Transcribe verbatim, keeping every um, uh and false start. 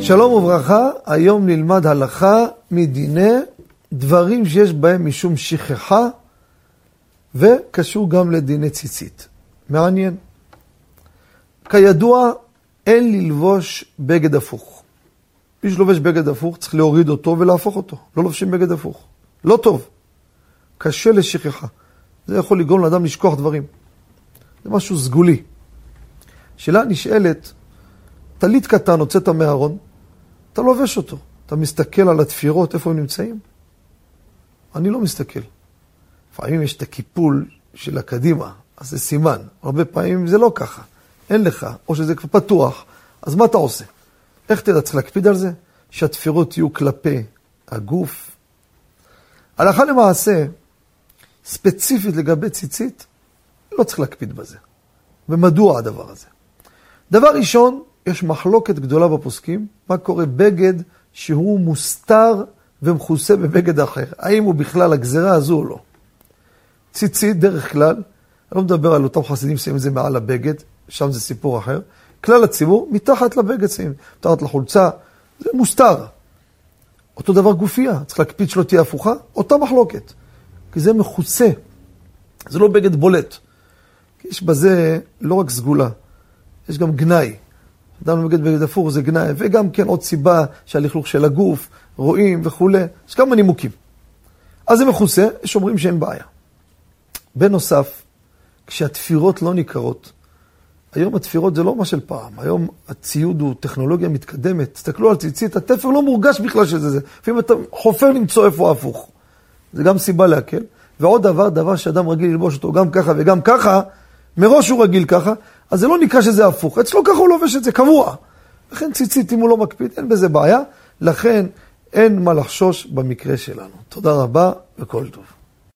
שלום וברכה, היום נלמד הלכה מדיני דברים שיש בהם משום שכחה וקשור גם לדיני ציצית. מעניין. כידוע, אין ללבוש בגד הפוך. מי שלובש בגד הפוך צריך להוריד אותו ולהפוך אותו. לא לובשים בגד הפוך. לא טוב. קשה לשכחה. זה יכול לגרום לאדם לשכוח דברים. זה משהו סגולי. שאלה נשאלת, טלית קטן הוצאת מהארון, אתה לובש אותו. אתה מסתכל על התפירות, איפה הם נמצאים? אני לא מסתכל. לפעמים יש את הקיפול של הקדימה, אז זה סימן. הרבה פעמים זה לא ככה. אין לך, או שזה כבר פתוח. אז מה אתה עושה? איך תדע? צריך להקפיד על זה? שהתפירות יהיו כלפי הגוף. הלכה למעשה, ספציפית לגבי ציצית, לא צריך להקפיד בזה. ומדוע הדבר הזה? דבר ראשון, יש מחלוקת גדולה בפוסקים, מה קורה בגד שהוא מוסתר ומכוסה בבגד אחר. האם הוא בכלל הגזרה הזו או לא? ציצית, דרך כלל, אני לא מדבר על אותם חסידים שמים את זה מעל הבגד, שם זה סיפור אחר. כלל הציבור, מתחת לבגד שמים, מתחת לחולצה, זה מוסתר. אותו דבר גופייה, צריך להקפיד שלא תהיה הפוכה, אותה מחלוקת. כי זה מכוסה, זה לא בגד בולט. יש בזה לא רק סגולה, יש גם גנאי. אדם בגד בגד הפוך זה גנאי, וגם כן עוד סיבה שהלכלוך של הגוף, רואים וכו'. יש כמה נימוקים. אז זה מכוסה, יש אומרים שאין בעיה. בנוסף, כשהתפירות לא ניכרות, היום התפירות זה לא מה של פעם. היום הציוד הוא טכנולוגיה מתקדמת. תסתכלו על ציצית, התפר לא מורגש בכלל שזה זה. לפעמים אתה חופר למצוא איפה הפוך. זה גם סיבה להקל. ועוד דבר, דבר שאדם רגיל ללבוש אותו גם ככה וגם ככה, מראש הוא רגיל ככה, אז זה לא נקרא שזה הפוך. אצלו ככה הוא לובש את זה קבוע. לכן ציצית, אם הוא לא מקפיד, אין בזה בעיה. לכן אין מה לחשוש במקרה שלנו. תודה רבה וכל טוב.